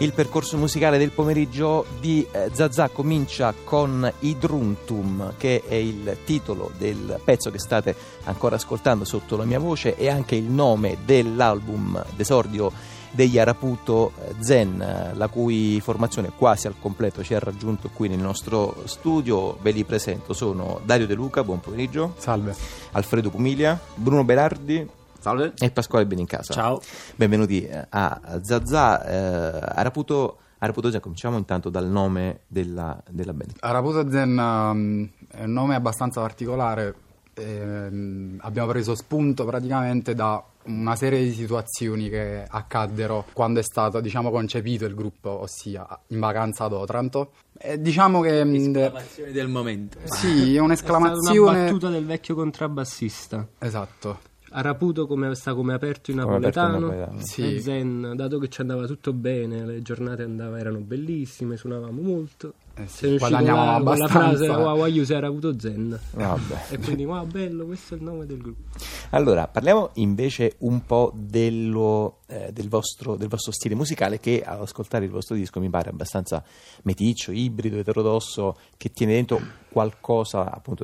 Il percorso musicale del pomeriggio di Zazà comincia con Idruntum, che è il titolo del pezzo che state ancora ascoltando sotto la mia voce e anche il nome dell'album d'esordio degli Araputo Zen, la cui formazione quasi al completo ci ha raggiunto qui nel nostro studio. Ve li presento: sono Dario De Luca, buon pomeriggio. Salve. Alfredo Pumiglia, Bruno Berardi. Salve. E Pasquale Benincasa. Ciao. Benvenuti a Zazà. Araputo Zen, cominciamo intanto dal nome della band. Araputo Zen è un nome abbastanza particolare. Abbiamo preso spunto praticamente da una serie di situazioni che accaddero quando è stato, concepito il gruppo, ossia in vacanza ad Otranto. Diciamo che esclamazione del momento. Sì, è un'esclamazione. È stata una battuta del vecchio contrabbassista. Esatto. Araputo sta come aperto in napoletano. Sì. E Zen, dato che ci andava tutto bene, le giornate erano bellissime, suonavamo molto. Sì, guadagnavamo abbastanza. Con la frase "Wow, io sei Araputo Zen". Vabbè. E quindi wow, bello, questo è il nome del gruppo. Allora, parliamo invece un po' del vostro stile musicale, che ad ascoltare il vostro disco mi pare abbastanza meticcio, ibrido, eterodosso, che tiene dentro qualcosa appunto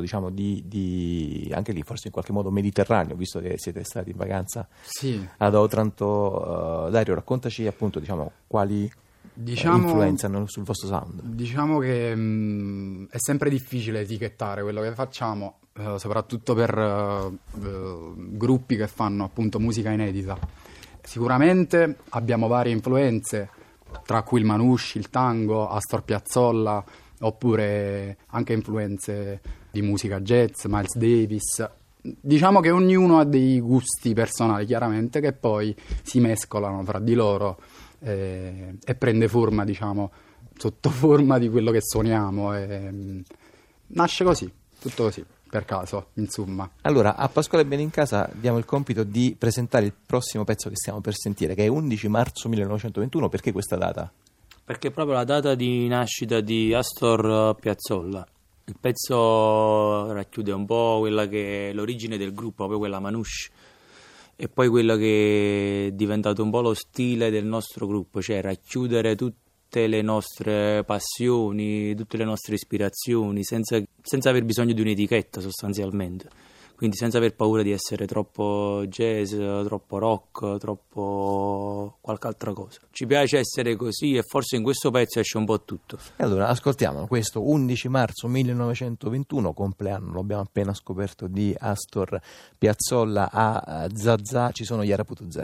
di anche lì forse in qualche modo mediterraneo, visto che siete stati in vacanza ad Otranto. Dario, raccontaci appunto quali influenzano sul vostro sound. Diciamo che è sempre difficile etichettare quello che facciamo, soprattutto per gruppi che fanno appunto musica inedita. Sicuramente abbiamo varie influenze, tra cui il manouche, il tango, Astor Piazzolla, oppure anche influenze di musica jazz, Miles Davis. Diciamo che ognuno ha dei gusti personali, chiaramente, che poi si mescolano fra di loro e prende forma, sotto forma di quello che suoniamo. Nasce così, tutto così, per caso, insomma. Allora, a Pasquale Benincasa diamo il compito di presentare il prossimo pezzo che stiamo per sentire, che è 11 marzo 1921. Perché questa data? Perché è proprio la data di nascita di Astor Piazzolla. Il pezzo racchiude un po' quella che è l'origine del gruppo, proprio quella manouche, e poi quello che è diventato un po' lo stile del nostro gruppo, cioè racchiudere tutte le nostre passioni, tutte le nostre ispirazioni, senza aver bisogno di un'etichetta sostanzialmente. Quindi senza aver paura di essere troppo jazz, troppo rock, troppo qualche altra cosa. Ci piace essere così e forse in questo pezzo esce un po' tutto. E allora ascoltiamo questo 11 marzo 1921, compleanno, lo abbiamo appena scoperto, di Astor Piazzolla. A Zazà ci sono gli Araputo Zen.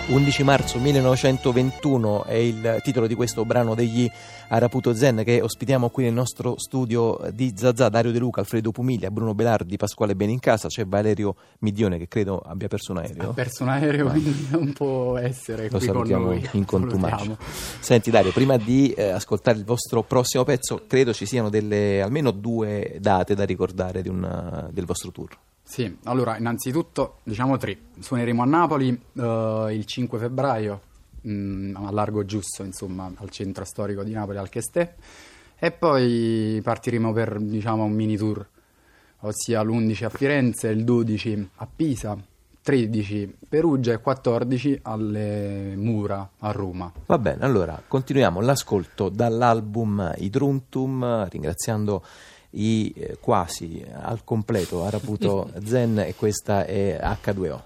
11 marzo 1921 è il titolo di questo brano degli Araputo Zen che ospitiamo qui nel nostro studio di Zazà. Dario De Luca, Alfredo Pumiglia, Bruno Belardi, Pasquale Benincasa. C'è Valerio Midione che credo abbia perso un aereo. Ha perso un aereo, quindi non può essere Lo qui con salutiamo noi. in contumacia. Senti Dario, prima di ascoltare il vostro prossimo pezzo, credo ci siano almeno 2 date da ricordare del vostro tour. Sì, allora innanzitutto diciamo 3. Suoneremo a Napoli il 5 febbraio a Largo Giusto, insomma, al centro storico di Napoli, al Chestè, e poi partiremo per, diciamo, un mini tour, ossia l'11 a Firenze, il 12 a Pisa, 13 Perugia e 14 alle Mura a Roma. Va bene, allora continuiamo l'ascolto dall'album Idruntum, ringraziando i quasi al completo Araputo Zen, e questa è H2O.